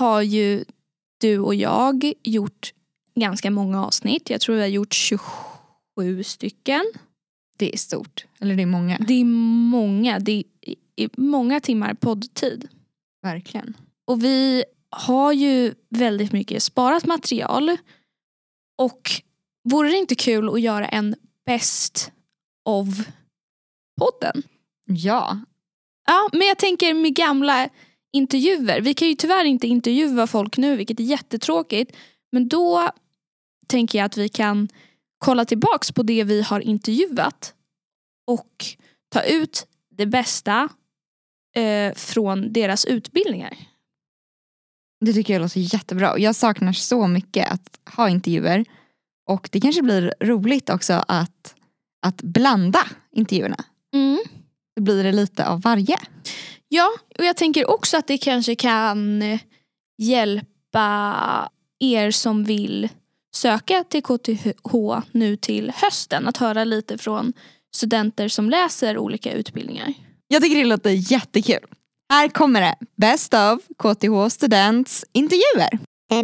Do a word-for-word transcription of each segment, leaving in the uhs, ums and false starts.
har ju du och jag gjort ganska många avsnitt. Jag tror vi har gjort tjugosju stycken. Det är stort. Eller det är många. Det är många. Det är många timmar poddtid. Verkligen. Och vi har ju väldigt mycket sparat material. Och vore det inte kul att göra en best of podden? Ja. Ja, men jag tänker med gamla intervjuer. Vi kan ju tyvärr inte intervjua folk nu, vilket är jättetråkigt. Men då tänker jag att vi kan kolla tillbaks på det vi har intervjuat och ta ut det bästa eh, från deras utbildningar. Det tycker jag låter jättebra. Jag saknar så mycket att ha intervjuer. Och det kanske blir roligt också att, att blanda intervjuerna. Mm. Det blir det lite av varje. Ja, och jag tänker också att det kanske kan hjälpa er som vill söka till K T H nu till hösten. Att höra lite från studenter som läser olika utbildningar. Jag tycker det låter jättekul. Här kommer det. Best of K T H Students intervjuer.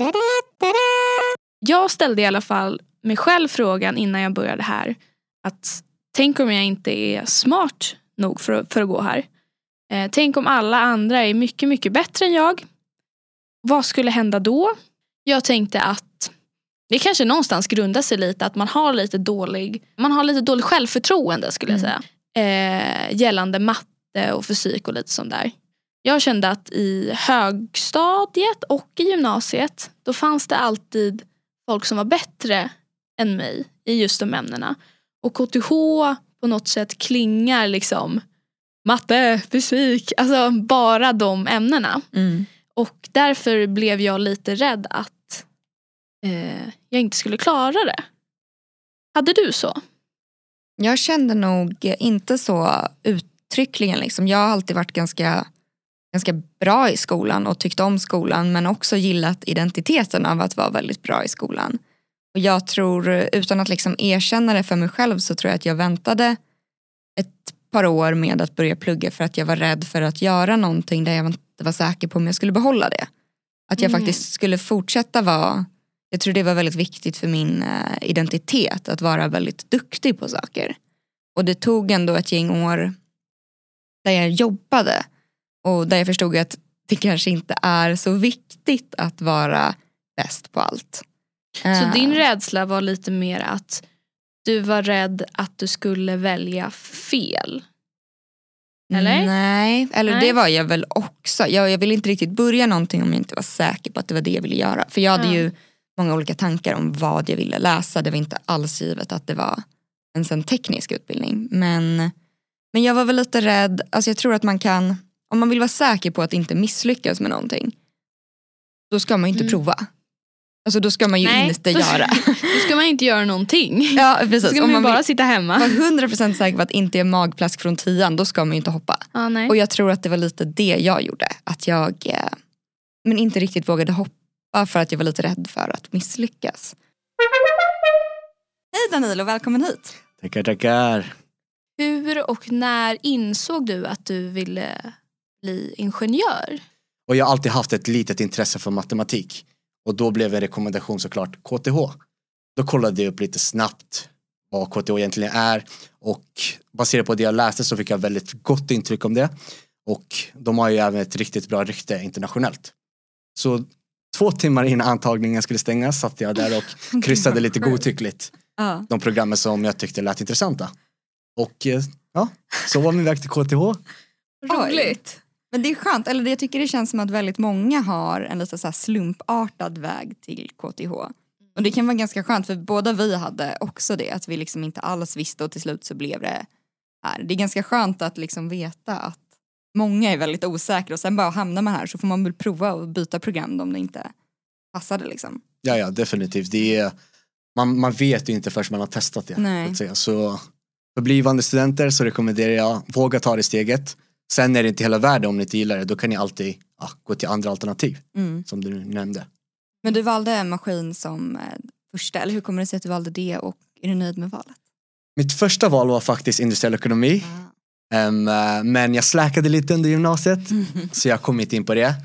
Jag ställde i alla fall mig själv frågan innan jag började här. Att tänk om jag inte är smart nog för, för att gå här. Eh, tänk om alla andra är mycket, mycket bättre än jag. Vad skulle hända då? Jag tänkte att det kanske någonstans grundar sig lite att man har lite dålig, man har lite dålig självförtroende skulle jag säga. Eh, gällande matte och fysik och lite sånt där. Jag kände att i högstadiet och i gymnasiet då fanns det alltid folk som var bättre än mig i just de ämnena. Och K T H på något sätt klingar liksom matte, fysik, alltså bara de ämnena. Mm. Och därför blev jag lite rädd att eh, jag inte skulle klara det. Hade du så? Jag kände nog inte så uttryckligen. Liksom. Jag har alltid varit ganska, ganska bra i skolan och tyckt om skolan. Men också gillat identiteten av att vara väldigt bra i skolan. Och jag tror, utan att liksom erkänna det för mig själv, så tror jag att jag väntade ett par år med att börja plugga för att jag var rädd för att göra någonting där jag inte var säker på om jag skulle behålla det. Att jag mm. faktiskt skulle fortsätta vara, jag tror det var väldigt viktigt för min uh, identitet att vara väldigt duktig på saker. Och det tog ändå ett gäng år där jag jobbade och där jag förstod att det kanske inte är så viktigt att vara bäst på allt. Så din rädsla var lite mer att du var rädd att du skulle välja fel? Eller? Nej, eller Nej. Det var jag väl också. Jag, jag ville inte riktigt börja någonting om jag inte var säker på att det var det jag ville göra. För jag hade mm. ju många olika tankar om vad jag ville läsa. Det var inte alls givet att det var en sån teknisk utbildning. Men, men jag var väl lite rädd. Alltså jag tror att man kan, om man vill vara säker på att inte misslyckas med någonting, då ska man ju inte mm. prova. Alltså då ska man ju Nej, inte då, göra. Då ska man inte göra någonting. Ja, precis. Då ska man, om man bara vill sitta hemma. vara hundra procent säker på att inte är magplask från tian, då ska man ju inte hoppa. Ah, nej. Och jag tror att det var lite det jag gjorde. Att jag eh, men inte riktigt vågade hoppa för att jag var lite rädd för att misslyckas. Hej Danilo, välkommen hit. Tackar, tackar. Hur och när insåg du att du ville bli ingenjör? Och jag har alltid haft ett litet intresse för matematik. Och då blev en rekommendation såklart K T H. Då kollade jag upp lite snabbt vad K T H egentligen är. Och baserat på det jag läste så fick jag väldigt gott intryck om det. Och de har ju även ett riktigt bra rykte internationellt. Så två timmar innan antagningen skulle stängas satt jag där och kryssade lite godtyckligt. Ja. De programmen som jag tyckte lät intressanta. Och ja, så var min väg till K T H. Roligt. Men det är skönt, eller jag tycker det känns som att väldigt många har en lite så här slumpartad väg till K T H. Och det kan vara ganska skönt för båda vi hade också det, att vi liksom inte alls visste och till slut så blev det här. Det är ganska skönt att liksom veta att många är väldigt osäkra och sen bara hamnar man här så får man väl prova och byta program om det inte passade liksom. Ja, ja, definitivt. Det är, man, man vet ju inte förrän man har testat det. Nej. Att säga. Så för blivande studenter så rekommenderar jag våga ta det steget. Sen är det inte hela världen om ni inte gillar det. Då kan ni alltid ja, gå till andra alternativ. Mm. Som du nämnde. Men du valde en maskin som eh, första. Eller hur kommer det sig att du valde det? Och är du nöjd med valet? Mitt första val var faktiskt industriell ekonomi. Ah. Um, men jag släkade lite under gymnasiet. Mm. Så jag kom inte in på det.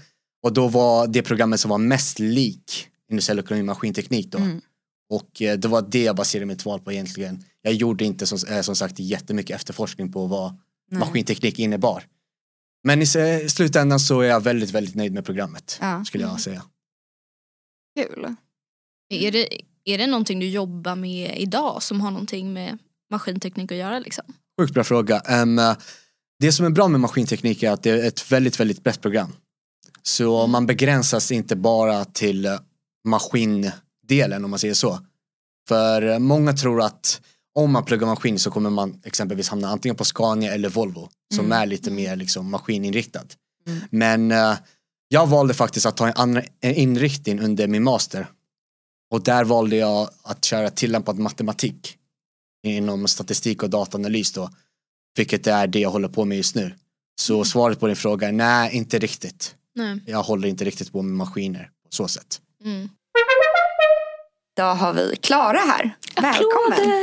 Och då var det programmet som var mest lik industriell ekonomi och maskinteknik då. Mm. Och eh, det var det jag baserade mitt val på egentligen. Jag gjorde inte som, eh, som sagt jättemycket efterforskning på vad Nej. maskinteknik innebar. Men i eh, slutändan så är jag väldigt, väldigt nöjd med programmet. Ja. Skulle jag säga. Kul. Är det, är det någonting du jobbar med idag som har någonting med maskinteknik att göra liksom? Sjukt bra fråga. Um, det som är bra med maskinteknik är att det är ett väldigt, väldigt brett program. Så man begränsas inte bara till maskindelen om man säger så. För många tror att om man pluggar maskin så kommer man exempelvis hamna antingen på Scania eller Volvo. Som mm. är lite mer liksom maskininriktad. Mm. Men uh, jag valde faktiskt att ta en annan inriktning under min master. Och där valde jag att köra tillämpad matematik. Inom statistik och dataanalys då. Vilket är det jag håller på med just nu. Så mm. svaret på din fråga är nej, inte riktigt. Nej. Jag håller inte riktigt på med maskiner på så sätt. Mm. Då har vi Klara här. Välkommen!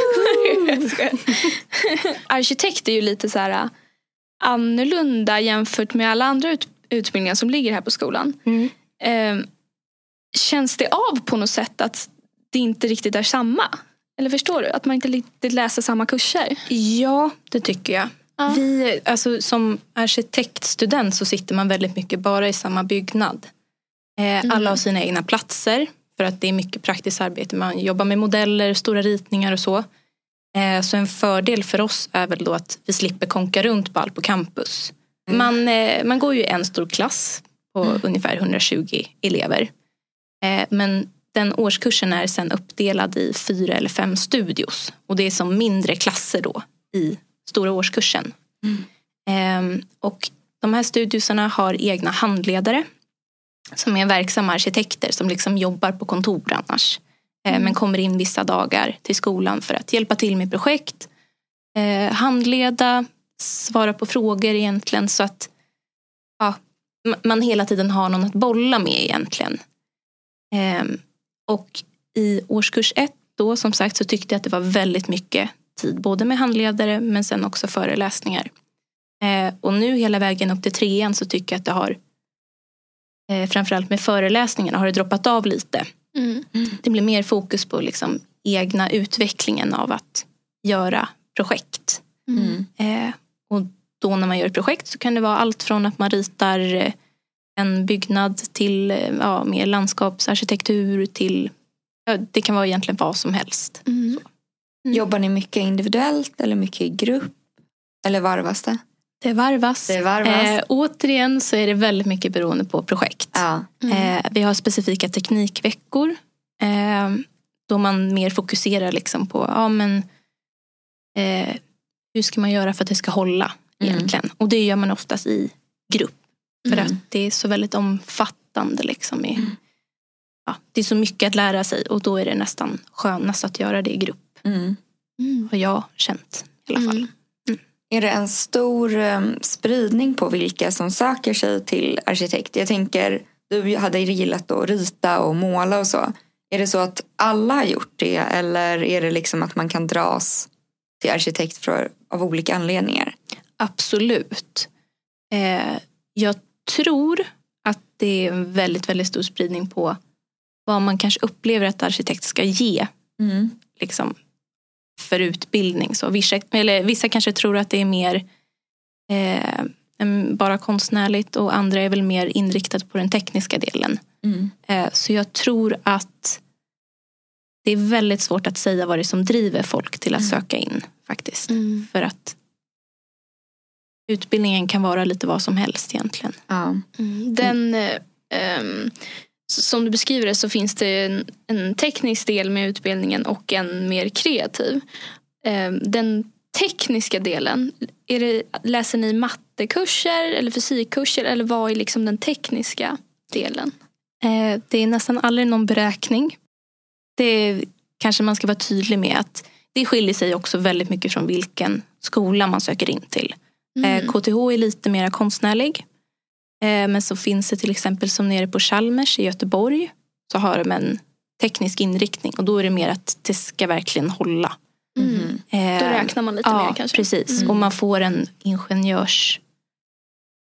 Arkitekt är ju lite så här annorlunda jämfört med alla andra ut- utbildningar som ligger här på skolan. Mm. Eh, känns det av på något sätt att det inte riktigt är samma? Eller förstår du? Att man inte riktigt läser samma kurser? Ja, det tycker jag. Ja. Vi, alltså, som arkitektstudent så sitter man väldigt mycket bara i samma byggnad. Eh, mm. Alla har sina egna platser. För att det är mycket praktiskt arbete. Man jobbar med modeller, stora ritningar och så. Eh, så en fördel för oss är väl då att vi slipper konka runt på allt på campus. Mm. Man, eh, man går ju en stor klass på mm. ungefär hundratjugo elever. Eh, men den årskursen är sen uppdelad i fyra eller fem studios. Och det är som mindre klasser då i stora årskursen. Mm. Eh, och de här studiosarna har egna handledare. Som är verksamma arkitekter som liksom jobbar på kontor annars. Eh, mm. Men kommer in vissa dagar till skolan för att hjälpa till med projekt. Eh, handleda, svara på frågor egentligen. Så att ja, man hela tiden har någon att bolla med egentligen. Eh, och i årskurs ett då som sagt så tyckte jag att det var väldigt mycket tid. Både med handledare men sen också föreläsningar. Eh, och nu hela vägen upp till trean så tycker jag att det har framförallt med föreläsningarna har det droppat av lite. Mm. Det blir mer fokus på liksom egna utvecklingen av att göra projekt. Mm. Eh, och då när man gör ett projekt så kan det vara allt från att man ritar en byggnad till ja, mer landskapsarkitektur till ja, det kan vara egentligen vad som helst. Mm. Mm. Jobbar ni mycket individuellt eller mycket i grupp? Eller varvas det? Det varvas. Det varvas. Eh, återigen så är det väldigt mycket beroende på projekt. Ja. Mm. Eh, vi har specifika teknikveckor. Eh, då man mer fokuserar liksom på ja, men, eh, hur ska man göra för att det ska hålla egentligen. Mm. Och det gör man oftast i grupp. För mm. att det är så väldigt omfattande. Liksom i, mm. ja, det är så mycket att lära sig. Och då är det nästan skönast att göra det i grupp. Mm. Mm. Har jag känt i alla fall. Mm. Är det en stor um, spridning på vilka som söker sig till arkitekt? Jag tänker, du hade gillat att rita och måla och så. Är det så att alla har gjort det? Eller är det liksom att man kan dras till arkitekt för, av olika anledningar? Absolut. Eh, jag tror att det är en väldigt, väldigt stor spridning på vad man kanske upplever att arkitekt ska ge. Mm. Liksom för utbildning. Så vissa, eller vissa kanske tror att det är mer eh, bara konstnärligt och andra är väl mer inriktat på den tekniska delen. Mm. Eh, så jag tror att det är väldigt svårt att säga vad det är som driver folk till att mm. söka in faktiskt. Mm. För att utbildningen kan vara lite vad som helst egentligen. Ja. Mm. Den eh, um, som du beskriver det så finns det en, en teknisk del med utbildningen och en mer kreativ. Eh, den tekniska delen, är det, läser ni mattekurser eller fysikkurser eller vad är liksom den tekniska delen? Eh, det är nästan aldrig någon beräkning. Det är, kanske man ska vara tydlig med att det skiljer sig också väldigt mycket från vilken skola man söker in till. Mm. Eh, K T H är lite mer konstnärlig. Men så finns det till exempel som nere på Chalmers i Göteborg så har de en teknisk inriktning och då är det mer att det ska verkligen hålla. Mm. Eh, då räknar man lite ja, mer kanske. Precis, mm. och man får en ingenjörs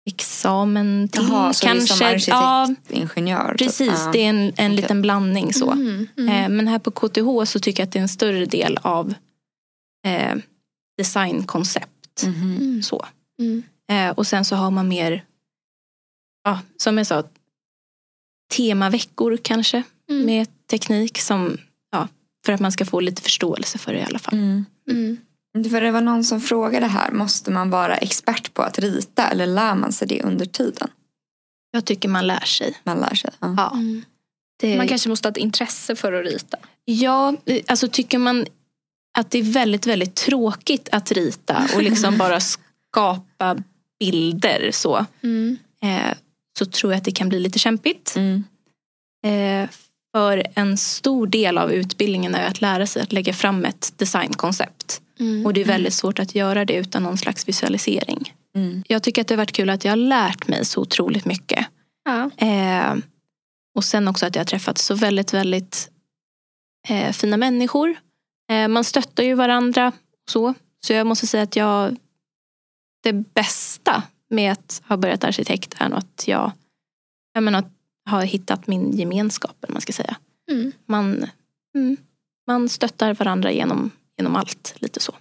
examen till. Jaha, så kanske. det är som arkitektingenjör. Ja, precis, typ. det är en, en okay. liten blandning så. Mm, mm. Eh, men här på K T H så tycker jag att det är en större del av eh, designkoncept. Mm. Så. Mm. Eh, och sen så har man mer, ja, som jag sa, temaveckor kanske Mm. med teknik som, ja, för att man ska få lite förståelse för det i alla fall. Mm. Mm. För det var någon som frågade här, måste man vara expert på att rita eller lär man sig det under tiden? Jag tycker man lär sig. Man lär sig. Ja. Ja. Mm. Det, Man kanske måste ha ett intresse för att rita. ja, alltså tycker man att det är väldigt, väldigt tråkigt att rita och liksom bara skapa bilder så, Mm. eh, så tror jag att det kan bli lite kämpigt. Mm. Eh, för en stor del av utbildningen är att lära sig att lägga fram ett designkoncept. Mm. Och det är väldigt svårt att göra det utan någon slags visualisering. Mm. Jag tycker att det har varit kul att jag har lärt mig så otroligt mycket. Ja. Eh, och sen också att jag har träffat så väldigt, väldigt eh, fina människor. Eh, man stöttar ju varandra så. Så jag måste säga att jag, det bästa med att ha börjat arkitekt är nog att jag, jag menar, har hittat min gemenskap, eller man ska säga. Mm. Man, mm, man stöttar varandra genom, genom allt, lite så.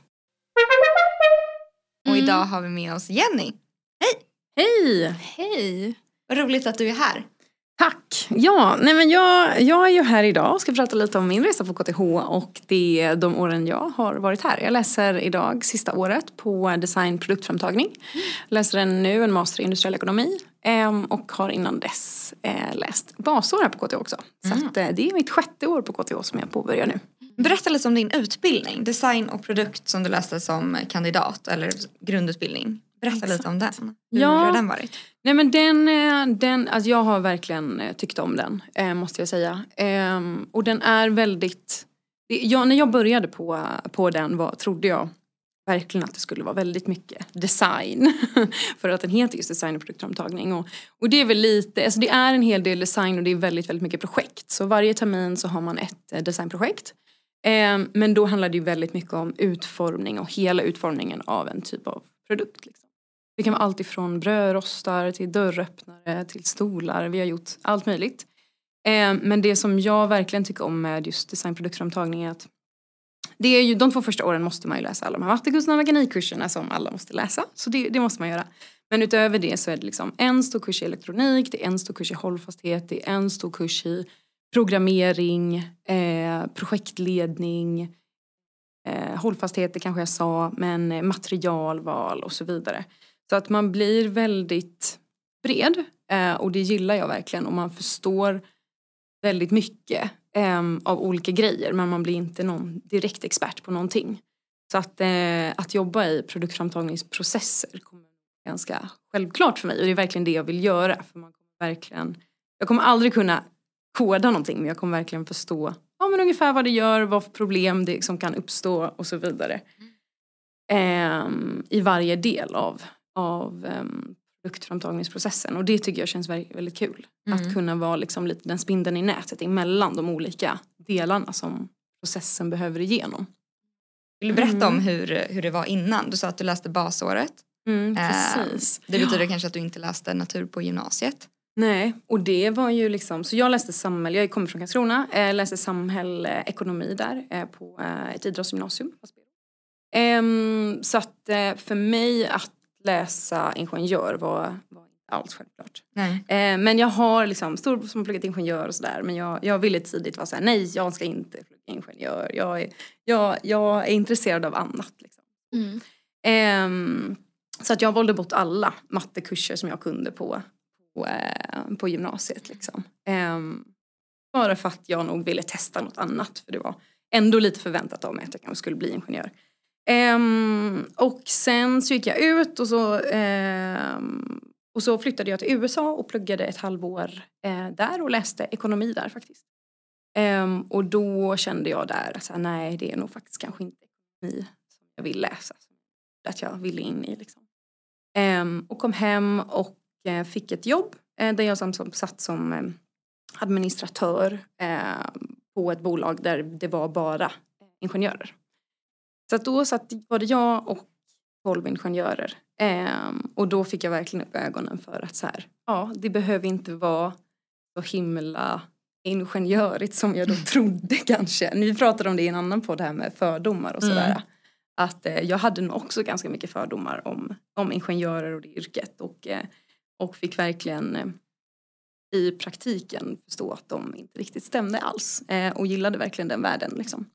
Och idag har vi med oss Jenny. Hej! Hej. Vad roligt att du är här. Tack! Ja, nej men jag, jag är ju här idag och ska prata lite om min resa på K T H och det, de åren jag har varit här. Jag läser idag sista året på design produktframtagning. Läser en nu en master i industriell ekonomi och har innan dess läst basår här på K T H också. Så Mm. att det är mitt sjätte år på K T H som jag påbörjar nu. Berätta lite om din utbildning. Design och produkt som du läste som kandidat eller grundutbildning. Berätta Exakt. lite om den. Hur Ja. har den varit? Nej men den, den alltså jag har verkligen tyckt om den, eh, måste jag säga. Eh, och den är väldigt, jag, när jag började på, på den var, trodde jag verkligen att det skulle vara väldigt mycket design. För att den heter just design och produktframtagning. Och, och det är väl lite, alltså det är en hel del design och det är väldigt, väldigt mycket projekt. Så varje termin så har man ett eh, designprojekt. Eh, men då handlar det ju väldigt mycket om utformning och hela utformningen av en typ av produkt liksom. Det kan vara allt ifrån brödrostar till dörröppnare till stolar. Vi har gjort allt möjligt. Eh, men det som jag verkligen tycker om med just designproduktframtagning är att det är ju, de två första åren måste man ju läsa alla de här vattenkurserna och mekanikurserna som alla måste läsa. Så det, det måste man göra. Men utöver det så är det liksom en stor kurs i elektronik, det är en stor kurs i hållfasthet, det är en stor kurs i programmering, eh, projektledning, eh, hållfasthet, det kanske jag sa, men materialval och så vidare. Så att man blir väldigt bred eh, och det gillar jag verkligen och man förstår väldigt mycket eh, av olika grejer men man blir inte någon direkt expert på någonting. Så att, eh, att jobba i produktframtagningsprocesser kommer ganska självklart för mig och det är verkligen det jag vill göra för man kommer verkligen, jag kommer aldrig kunna koda någonting men jag kommer verkligen förstå ja, men ungefär vad det gör, vad för problem det som kan uppstå och så vidare. Eh, i varje del av av um, produktframtagningsprocessen och det tycker jag känns väldigt, väldigt kul mm. att kunna vara liksom lite den spindeln i nätet emellan de olika delarna som processen behöver igenom. Vill du berätta mm. om hur, hur det var innan? Du sa att du läste basåret. Mm, precis. Eh, det betyder ja. kanske att du inte läste natur på gymnasiet. Nej, och det var ju liksom, så jag läste samhälle, jag kommer från Karlskrona, eh, läste samhälle, ekonomi där eh, på eh, ett idrottsgymnasium. Eh, så att eh, för mig att läsa ingenjör var, var inte alls självklart. Nej. Eh, men jag har liksom stor som pluggat ingenjör och sådär. Men jag, jag ville tidigt vara såhär, nej jag ska inte plugga ingenjör. Jag är, jag, jag är intresserad av annat. Liksom. Mm. Eh, så att jag valde bort alla mattekurser som jag kunde på, på, eh, på gymnasiet. Liksom. Eh, bara för att jag nog ville testa något annat. För det var ändå lite förväntat av mig att jag kanske skulle bli ingenjör. Um, och sen så gick jag ut och så, um, och så flyttade jag till U S A och pluggade ett halvår uh, där och läste ekonomi där faktiskt. Um, och då kände jag där att så, nej det är nog faktiskt kanske inte ekonomi som jag vill läsa. Att jag ville in i liksom. Um, och kom hem och uh, fick ett jobb uh, där jag som, som satt som um, administratör uh, på ett bolag där det var bara ingenjörer. Så att då satt, var det jag och tolv ingenjörer Ehm, och då fick jag verkligen upp ögonen för att så här, ja, det behöver inte vara så himla ingenjörigt som jag då trodde kanske. Vi pratade om det i en annan podd här med fördomar och sådär. Mm. Att eh, jag hade nog också ganska mycket fördomar om, om ingenjörer och det yrket. Och, eh, och fick verkligen eh, i praktiken förstå att de inte riktigt stämde alls. Eh, och gillade verkligen den världen liksom.